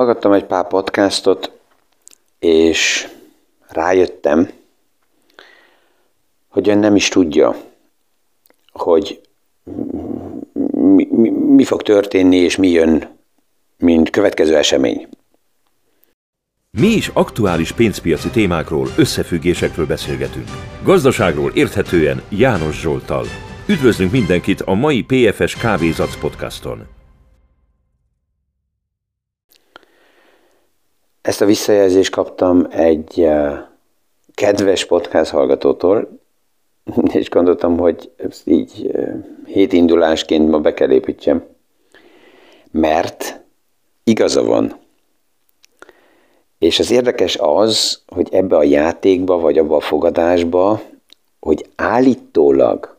Hallgattam egy pár podcastot, és rájöttem, hogy ön nem is tudja, hogy mi fog történni, és mi jön, mint következő esemény. Mi is aktuális pénzpiaci témákról, összefüggésekről beszélgetünk. Gazdaságról érthetően János Zsolttal. Üdvözlünk mindenkit a mai PFS Kávézac podcaston. Ezt a visszajelzést kaptam egy kedves podcast hallgatótól, és gondoltam, hogy ezt így hétindulásként ma be kell építsem, mert igaza van. És az érdekes az, hogy ebbe a játékba, vagy abba a fogadásba, hogy állítólag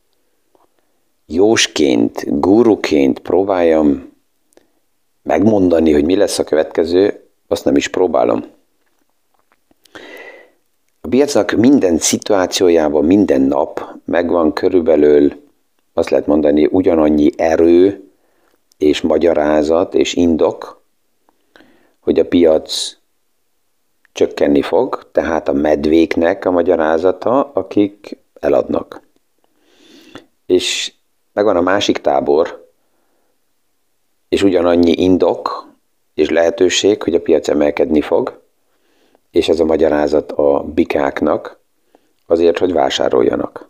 jósként, guruként próbáljam megmondani, hogy mi lesz a következő, azt nem is próbálom. A piacnak minden szituációjában, minden nap megvan körülbelül, azt lehet mondani, ugyanannyi erő és magyarázat és indok, hogy a piac csökkenni fog, tehát a medvéknek a magyarázata, akik eladnak. És megvan a másik tábor, és ugyanannyi indok és lehetőség, hogy a piac emelkedni fog, és ez a magyarázat a bikáknak azért, hogy vásároljanak.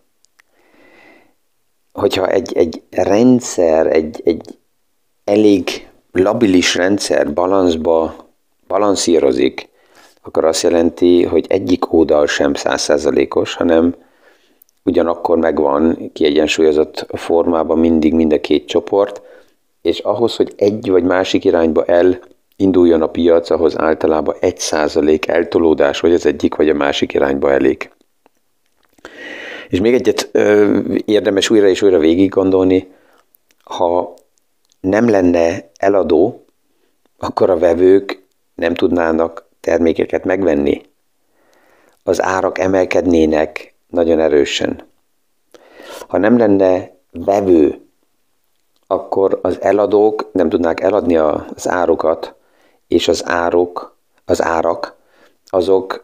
Hogyha egy rendszer, egy elég labilis rendszer balanszírozik, akkor azt jelenti, hogy egyik oldal sem 100%-os, hanem ugyanakkor megvan kiegyensúlyozott formában mindig mind a két csoport, és ahhoz, hogy egy vagy másik irányba elinduljon a piac, ahhoz általában 1% eltolódás, vagy az egyik vagy a másik irányba elég. És még egyet érdemes újra és újra végig gondolni, ha nem lenne eladó, akkor a vevők nem tudnának termékeket megvenni. Az árak emelkednének nagyon erősen. Ha nem lenne vevő, akkor az eladók nem tudnák eladni az árukat, és az árak, azok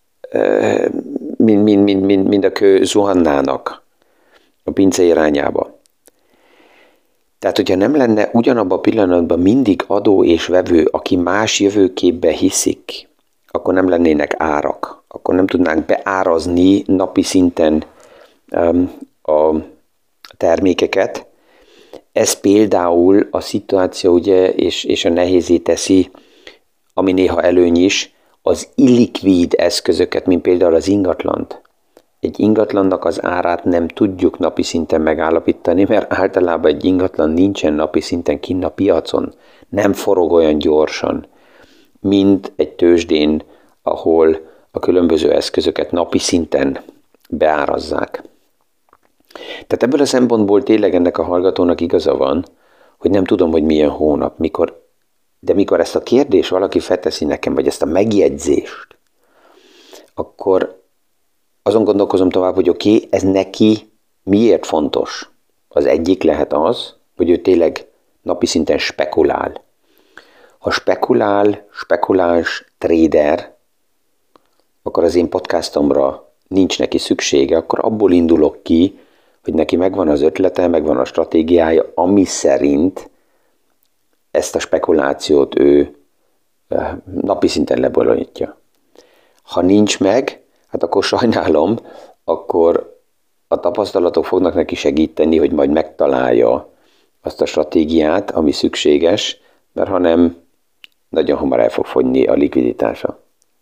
mind a kő zuhannának a pince irányába. Tehát, hogyha nem lenne ugyanabban a pillanatban mindig adó és vevő, aki más jövőképbe hiszik, akkor nem lennének árak. Akkor nem tudnánk beárazni napi szinten a termékeket. Ez például a szituáció, ugye, és a nehézé teszi, ami néha előny is, az illikvid eszközöket, mint például az ingatlant. Egy ingatlannak az árát nem tudjuk napi szinten megállapítani, mert általában egy ingatlan nincsen napi szinten kinn a piacon. Nem forog olyan gyorsan, mint egy tőzsdén, ahol a különböző eszközöket napi szinten beárazzák. Tehát ebből a szempontból tényleg ennek a hallgatónak igaza van, hogy nem tudom, hogy milyen hónap, de mikor ezt a kérdést valaki felteszi nekem, vagy ezt a megjegyzést, akkor azon gondolkozom tovább, hogy oké, ez neki miért fontos? Az egyik lehet az, hogy ő tényleg napi szinten spekulál. Ha spekuláns trader, akkor az én podcastomra nincs neki szüksége, akkor abból indulok ki, hogy neki megvan az ötlete, megvan a stratégiája, ami szerint ezt a spekulációt ő napi szinten lebonyolítja. Ha nincs meg, hát akkor sajnálom, akkor a tapasztalatok fognak neki segíteni, hogy majd megtalálja azt a stratégiát, ami szükséges, mert ha nem, nagyon hamar el fog fogyni a likviditása.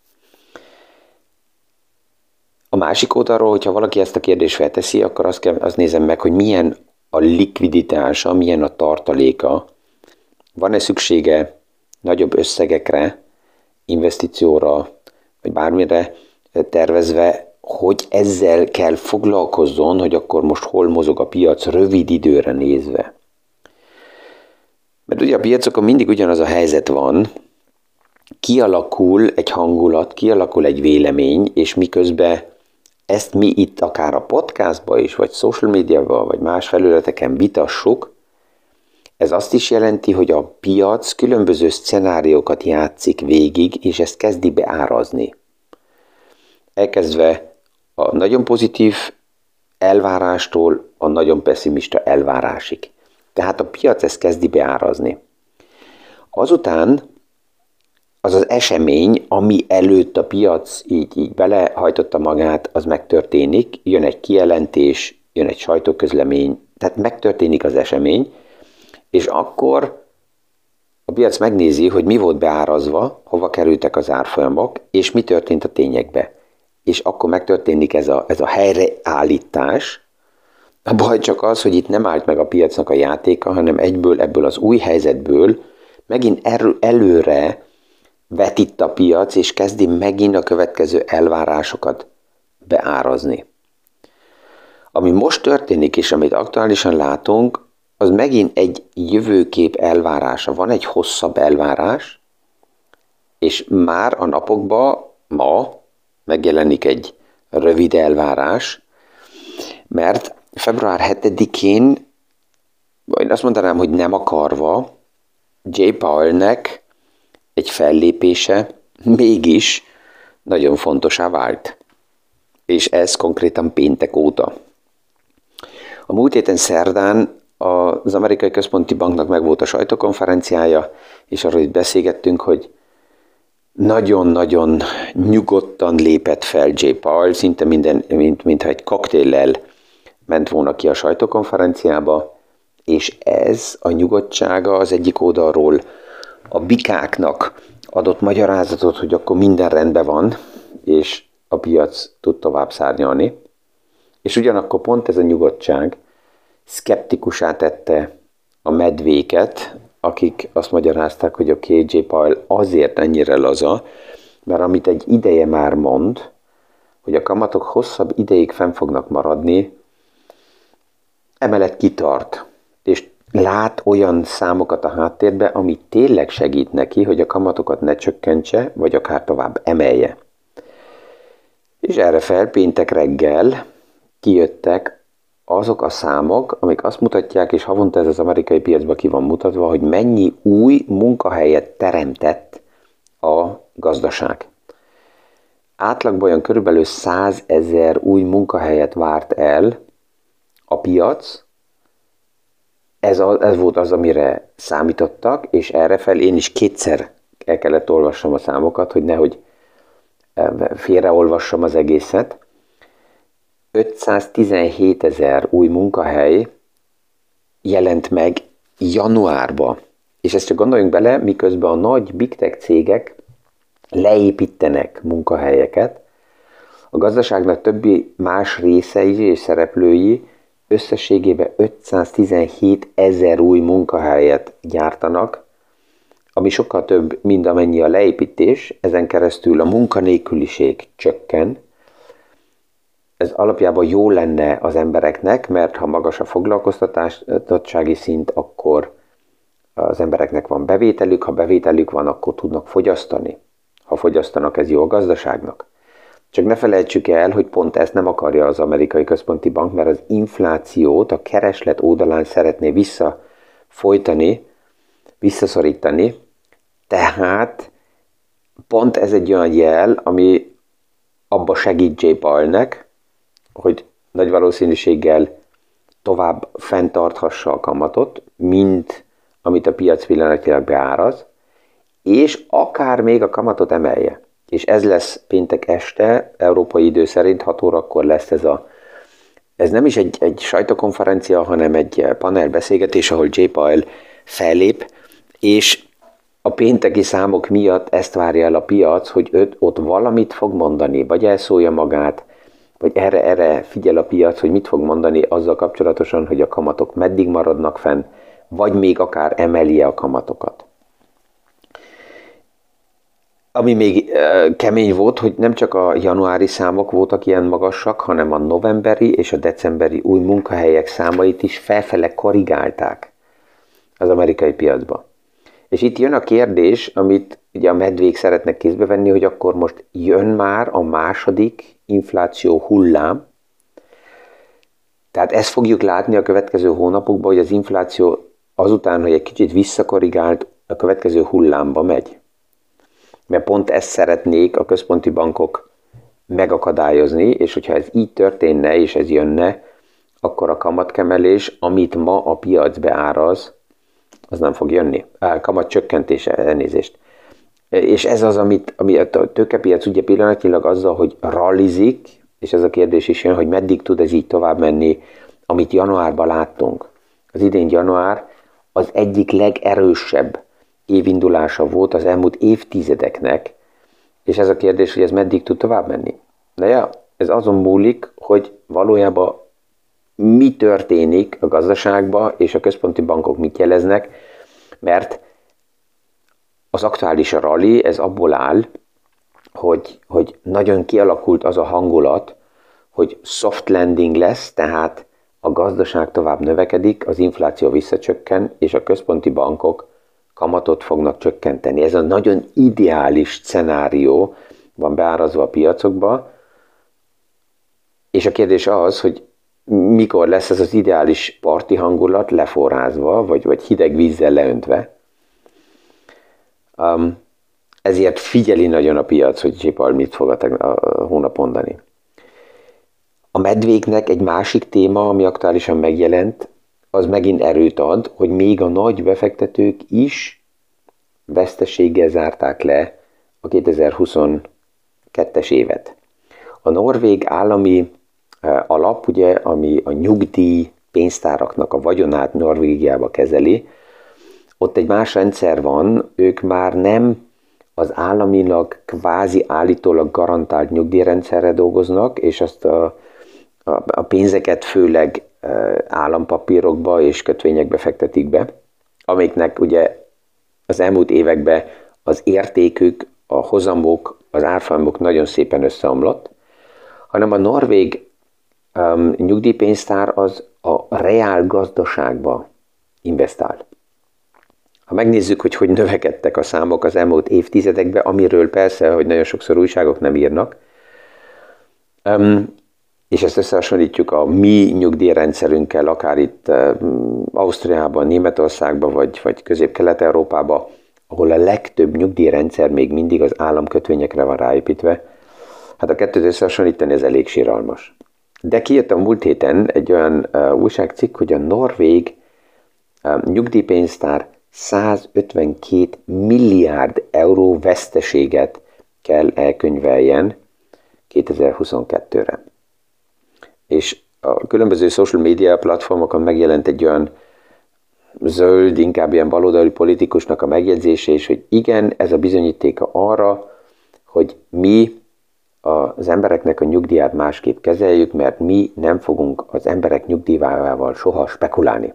A másik oldalról, hogyha valaki ezt a kérdést felteszi, akkor azt nézem meg, hogy milyen a likviditása, milyen a tartaléka, van-e szüksége nagyobb összegekre, investícióra, vagy bármire tervezve, hogy ezzel kell foglalkozzon, hogy akkor most hol mozog a piac rövid időre nézve. Mert ugye a piacokon mindig ugyanaz a helyzet van, kialakul egy hangulat, kialakul egy vélemény, és miközben ezt mi itt akár a podcastban is, vagy social médiában, vagy más felületeken vitassuk, Ez azt is jelenti, hogy a piac különböző szcenáriókat játszik végig, és ezt kezdi beárazni. Elkezdve a nagyon pozitív elvárástól a nagyon pessimista elvárásig. Tehát a piac ezt kezdi beárazni. Azután az az esemény, ami előtt a piac így belehajtotta magát, az megtörténik, jön egy kijelentés, jön egy sajtóközlemény, tehát megtörténik az esemény, és akkor a piac megnézi, hogy mi volt beárazva, hova kerültek az árfolyamok, és mi történt a tényekbe. És akkor megtörténik ez a helyreállítás. A baj csak az, hogy itt nem állt meg a piacnak a játéka, hanem ebből az új helyzetből megint előre vetít a piac, és kezdi megint a következő elvárásokat beárazni. Ami most történik, és amit aktuálisan látunk, az megint egy jövőkép elvárása. Van egy hosszabb elvárás, és már a napokban ma megjelenik egy rövid elvárás, mert február 7-én, vagy azt mondanám, hogy nem akarva, Jay Powellnek egy fellépése mégis nagyon fontosá vált. És ez konkrétan péntek óta. A múlt héten szerdán az Amerikai Központi Banknak megvolt a sajtókonferenciája, és arról itt beszélgettünk, hogy nagyon-nagyon nyugodtan lépett fel Jay Powell, szinte mintha egy koktéllel ment volna ki a sajtókonferenciába, és ez a nyugodtsága az egyik oldalról a bikáknak adott magyarázatot, hogy akkor minden rendben van, és a piac tud tovább szárnyalni. És ugyanakkor pont ez a nyugodtság szkeptikusá tette a medvéket, akik azt magyarázták, hogy oké, Jay Powell azért ennyire laza, mert amit egy ideje már mond, hogy a kamatok hosszabb ideig fenn fognak maradni, emellett kitart, és lát olyan számokat a háttérbe, ami tényleg segít neki, hogy a kamatokat ne csökkentse, vagy akár tovább emelje. És erre fel péntek reggel kijöttek azok a számok, amik azt mutatják, és havonta ez az amerikai piacban ki van mutatva, hogy mennyi új munkahelyet teremtett a gazdaság. Átlagban olyan körülbelül 100 000 új munkahelyet várt el a piac. Ez volt az, amire számítottak, és errefel én is kétszer el kellett olvassam a számokat, hogy nehogy félreolvassam az egészet. 517 000 új munkahely jelent meg januárban. És ezt csak gondoljunk bele, miközben a nagy big tech cégek leépítenek munkahelyeket, a gazdaságnak többi más részei és szereplői összességében 517 000 új munkahelyet gyártanak, ami sokkal több, mint amennyi a leépítés, ezen keresztül a munkanélküliség csökken. Ez alapjában jó lenne az embereknek, mert ha magas a foglalkoztatottsági szint, akkor az embereknek van bevételük, ha bevételük van, akkor tudnak fogyasztani. Ha fogyasztanak, ez jó a gazdaságnak. Csak ne felejtsük el, hogy pont ezt nem akarja az Amerikai Központi Bank, mert az inflációt a kereslet oldalán szeretné visszaszorítani, tehát pont ez egy olyan jel, ami abba segít Jay Powellnek, hogy nagy valószínűséggel tovább fenntarthassa a kamatot, mint amit a piac pillanatilag beáraz, és akár még a kamatot emelje. És ez lesz péntek este, európai idő szerint 6 órakor lesz ez nem is egy sajtókonferencia, hanem egy panelbeszélgetés, ahol Jay Powell fellép, és a pénteki számok miatt ezt várja el a piac, hogy ott valamit fog mondani, vagy elszólja magát, vagy erre figyel a piac, hogy mit fog mondani azzal kapcsolatosan, hogy a kamatok meddig maradnak fenn, vagy még akár emelje a kamatokat. Ami még kemény volt, hogy nem csak a januári számok voltak ilyen magasak, hanem a novemberi és a decemberi új munkahelyek számait is felfele korrigálták az amerikai piacba. És itt jön a kérdés, amit ugye a medvék szeretnek kézbe venni, hogy akkor most jön már a második infláció hullám. Tehát ezt fogjuk látni a következő hónapokban, hogy az infláció azután, hogy egy kicsit visszakorrigált, a következő hullámba megy. Mert pont ezt szeretnék a központi bankok megakadályozni, és hogyha ez így történne, és ez jönne, akkor a kamatkemelés, amit ma a piac beáraz, az nem fog jönni. Kamat csökkentése, elnézést. És ez az, ami a tőkepiac ugye pillanatnyilag azzal, hogy rallizik, és ez a kérdés is jön, hogy meddig tud ez így tovább menni, amit januárban láttunk. Az idén január az egyik legerősebb évindulása volt az elmúlt évtizedeknek, és ez a kérdés, hogy ez meddig tud tovább menni. De ja, ez azon múlik, hogy valójában mi történik a gazdaságban, és a központi bankok mit jeleznek, mert az aktuális rally, ez abból áll, hogy nagyon kialakult az a hangulat, hogy soft landing lesz, tehát a gazdaság tovább növekedik, az infláció visszacsökken, és a központi bankok kamatot fognak csökkenteni. Ez a nagyon ideális szenárió van beárazva a piacokba, és a kérdés az, hogy mikor lesz ez az ideális parti hangulat leforrázva, vagy hideg vízzel leöntve. Ezért figyeli nagyon a piac, hogy J-Powell mit fog a hónap mondani. A medvéknek egy másik téma, ami aktuálisan megjelent, az megint erőt ad, hogy még a nagy befektetők is veszteséggel zárták le a 2022-es évet. A norvég állami alap, ugye, ami a nyugdíj pénztáraknak a vagyonát Norvégiába kezeli, ott egy más rendszer van, ők már nem az államilag kvázi állítólag garantált nyugdíjrendszerre dolgoznak, és azt a pénzeket főleg állampapírokba és kötvényekbe fektetik be, amiknek ugye az elmúlt években az értékük, a hozamok, az árfolyamok nagyon szépen összeomlott, hanem a norvég nyugdíjpénztár az a reál gazdaságba investál. Ha megnézzük, hogy növekedtek a számok az elmúlt évtizedekben, amiről persze, hogy nagyon sokszor újságok nem írnak, és ezt összehasonlítjuk a mi nyugdíjrendszerünkkel, akár itt Ausztriában, Németországban, vagy Közép-Kelet-Európában, ahol a legtöbb nyugdíjrendszer még mindig az államkötvényekre van ráépítve, hát a kettőt összehasonlítani ez elég siralmas. De kijött a múlt héten egy olyan újságcikk, hogy a norvég nyugdíjpénztár 152 milliárd euró veszteséget kell elkönyveljen 2022-re. És a különböző social media platformokon megjelent egy olyan zöld, inkább ilyen baloldali politikusnak a megjegyzése, és hogy igen, ez a bizonyítéka arra, hogy mi az embereknek a nyugdíját másképp kezeljük, mert mi nem fogunk az emberek nyugdíjával soha spekulálni.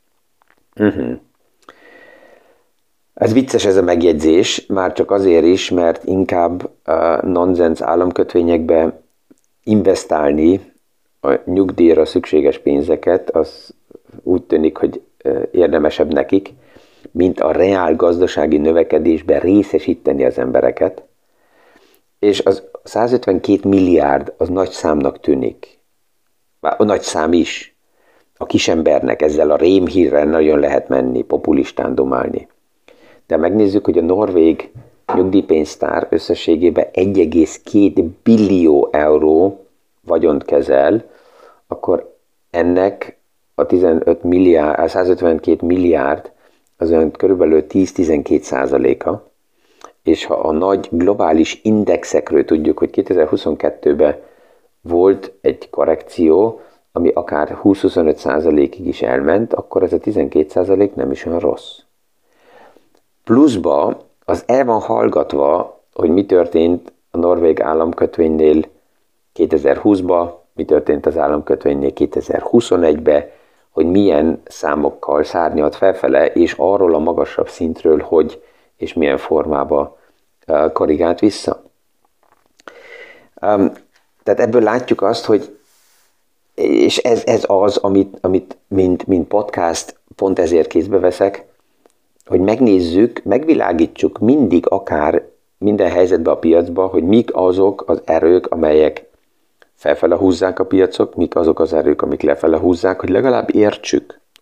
Ez vicces ez a megjegyzés, már csak azért is, mert inkább nonsens államkötvényekbe investálni a nyugdíjra szükséges pénzeket, az úgy tűnik, hogy érdemesebb nekik, mint a reál gazdasági növekedésben részesíteni az embereket. És az 152 milliárd az nagy számnak tűnik. A nagy szám is. A kisembernek ezzel a rémhírrel nagyon lehet menni, populistán domálni. De megnézzük, hogy a norvég nyugdíjpénztár összességében 1,2 billió euró vagyont kezel, akkor ennek a 152 milliárd az olyan körülbelül 10-12%-a, és ha a nagy globális indexekről tudjuk, hogy 2022-ben volt egy korrekció, ami akár 20-25%-ig is elment, akkor ez a 12% nem is olyan rossz. Pluszba az el van hallgatva, hogy mi történt a norvég államkötvénynél 2020-ban, mi történt az államkötvénynél 2021-ben, hogy milyen számokkal szárnyalt felfele, és arról a magasabb szintről, hogy és milyen formában korrigált vissza. Tehát ebből látjuk azt, hogy és ez az, amit mint podcast pont ezért kézbe veszek, hogy megnézzük, megvilágítsuk mindig akár minden helyzetben a piacban, hogy mik azok az erők, amelyek felfele húzzák a piacok, mik azok az erők, amik lefele húzzák, hogy legalább értsük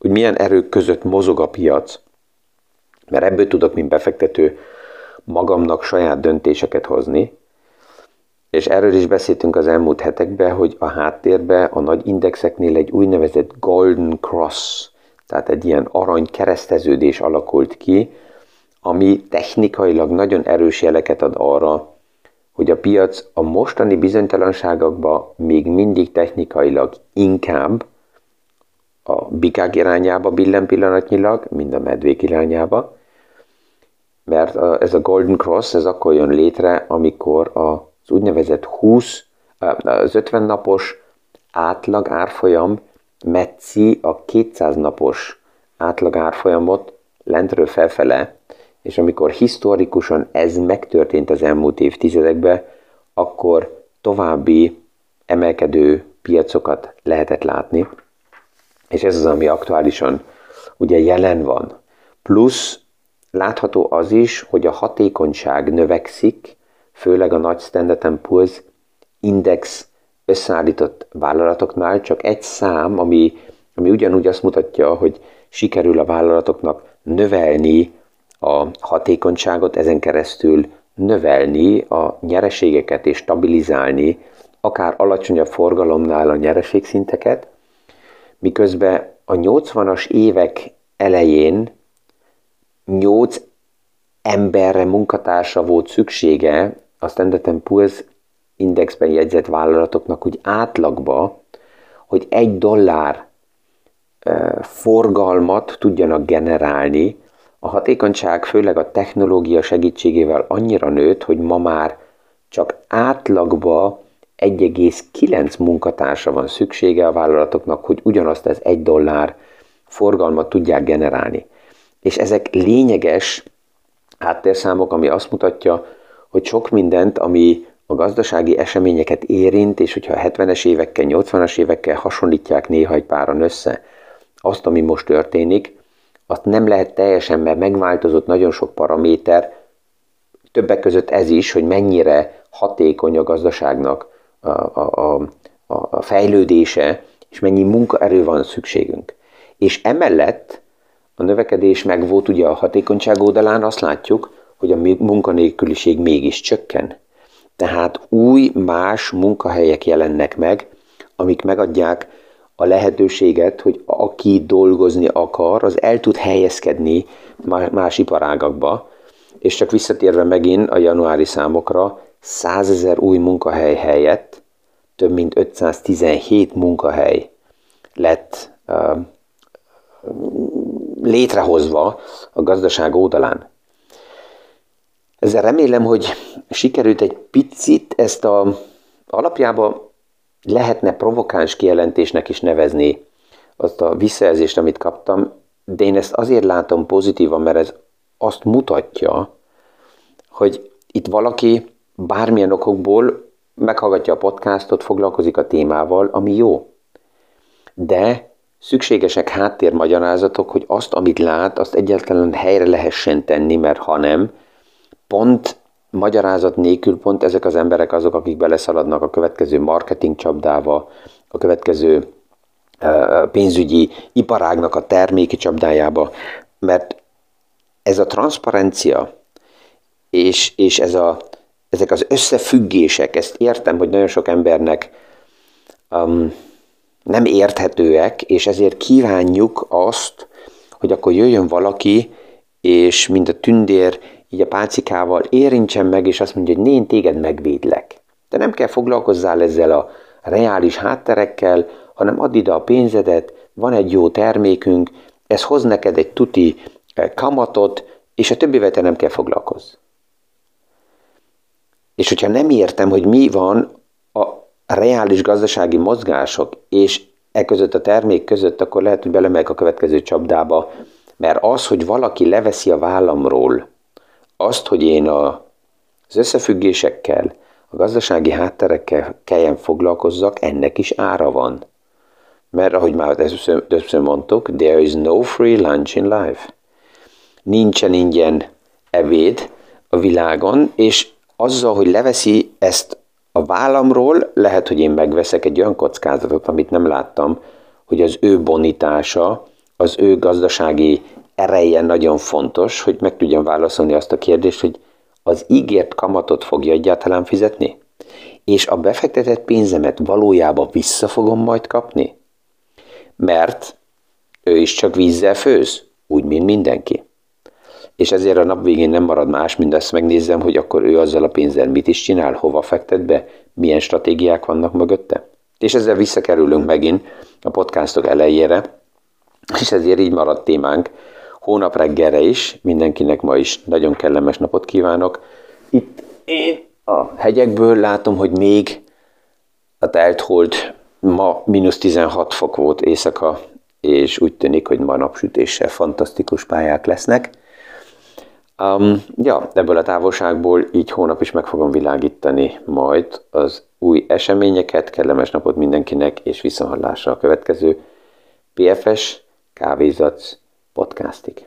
hogy milyen erők között mozog a piac, mert ebből tudok, mint befektető, magamnak saját döntéseket hozni, és erről is beszéltünk az elmúlt hetekben, hogy a háttérben a nagy indexeknél egy úgynevezett Golden Cross, tehát egy ilyen arany kereszteződés alakult ki, ami technikailag nagyon erős jeleket ad arra, hogy a piac a mostani bizonytalanságokban még mindig technikailag inkább a bikák irányába billen pillanatnyilag, mint a medvék irányába, mert ez a Golden Cross, ez akkor jön létre, amikor az úgynevezett az 50 napos átlag árfolyam metszi a 200 napos átlag árfolyamot lentről felfele, és amikor historikusan ez megtörtént az elmúlt évtizedekben, akkor további emelkedő piacokat lehetett látni, és ez az, ami aktuálisan ugye jelen van. Plusz látható az is, hogy a hatékonyság növekszik, főleg a nagy Standard & Poor's index összeállított vállalatoknál, csak egy szám, ami ugyanúgy azt mutatja, hogy sikerül a vállalatoknak növelni a hatékonyságot, ezen keresztül növelni a nyereségeket és stabilizálni, akár alacsonyabb forgalomnál a nyereségszinteket, miközben a 80-as évek elején 8 emberre, munkatársa volt szüksége a Standard & Poor's indexben jegyzett vállalatoknak úgy átlagba, hogy $1 forgalmat tudjanak generálni. A hatékonyság főleg a technológia segítségével annyira nőtt, hogy ma már csak átlagba 1,9 munkatársa van szüksége a vállalatoknak, hogy ugyanazt az $1 forgalmat tudják generálni. És ezek lényeges háttérszámok, ami azt mutatja, hogy sok mindent, ami a gazdasági eseményeket érint, és hogyha a 70-es évekkel, 80-as évekkel hasonlítják néha egy páran össze, azt, ami most történik, azt nem lehet teljesen, mert megváltozott nagyon sok paraméter, többek között ez is, hogy mennyire hatékony a gazdaságnak a fejlődése, és mennyi munkaerő van szükségünk. És emellett a növekedés meg volt ugye a hatékonyság oldalán, azt látjuk, hogy a munkanélküliség mégis csökken. Tehát új, más munkahelyek jelennek meg, amik megadják a lehetőséget, hogy aki dolgozni akar, az el tud helyezkedni más iparágakba, és csak visszatérve megint a januári számokra, 100 000 új munkahely helyett több mint 517 munkahely lett létrehozva a gazdaság oldalán. Ezzel remélem, hogy sikerült egy picit ezt alapjában lehetne provokáns kijelentésnek is nevezni azt a visszajelzést, amit kaptam, de én ezt azért látom pozitívan, mert ez azt mutatja, hogy itt valaki bármilyen okokból meghallgatja a podcastot, foglalkozik a témával, ami jó. De szükségesek háttérmagyarázatok, hogy azt, amit lát, azt egyáltalán helyre lehessen tenni, mert ha nem, pont magyarázat nélkül pont ezek az emberek azok, akik beleszaladnak a következő marketing csapdába, a következő pénzügyi iparágnak a terméki csapdájába, mert ez a transzparencia és ezek az összefüggések, ezt értem, hogy nagyon sok embernek nem érthetőek, és ezért kívánjuk azt, hogy akkor jöjjön valaki, és mint a tündér, így a pálcikával érintsen meg, és azt mondja, hogy én téged megvédlek. De nem kell foglalkozzál ezzel a reális hátterekkel, hanem add ide a pénzedet, van egy jó termékünk, ez hoz neked egy tuti kamatot, és a többivel te nem kell foglalkozz. És hogyha nem értem, hogy mi van a reális gazdasági mozgások, és e között a termék között, akkor lehet, hogy belemegyek a következő csapdába, mert az, hogy valaki leveszi a vállamról azt, hogy én az összefüggésekkel, a gazdasági hátterekkel kelljen foglalkozzak, ennek is ára van. Mert ahogy már többször mondtuk, there is no free lunch in life. Nincsen ingyen ebéd a világon, és azzal, hogy leveszi ezt a vállamról, lehet, hogy én megveszek egy olyan kockázatot, amit nem láttam, hogy az ő bonitása az ő gazdasági ereje nagyon fontos, hogy meg tudjam válaszolni azt a kérdést, hogy az ígért kamatot fogja egyáltalán fizetni? És a befektetett pénzemet valójában vissza fogom majd kapni? Mert ő is csak vízzel főz, úgy, mint mindenki. És ezért a nap végén nem marad más, mint azt megnézzem, hogy akkor ő azzal a pénzzel mit is csinál, hova fektet be, milyen stratégiák vannak mögötte. És ezzel visszakerülünk megint a podcastok elejére, és ezért így maradt témánk hónap reggelre is. Mindenkinek ma is nagyon kellemes napot kívánok. Itt én a hegyekből látom, hogy még a telthold ma -16 fok volt éjszaka, és úgy tűnik, hogy ma napsütéssel fantasztikus pályák lesznek. Ebből a távolságból így hónap is meg fogom világítani majd az új eseményeket. Kellemes napot mindenkinek, és viszonthallásra a következő PFS Kávézac podcastig.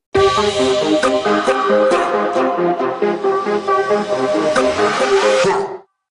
Ha!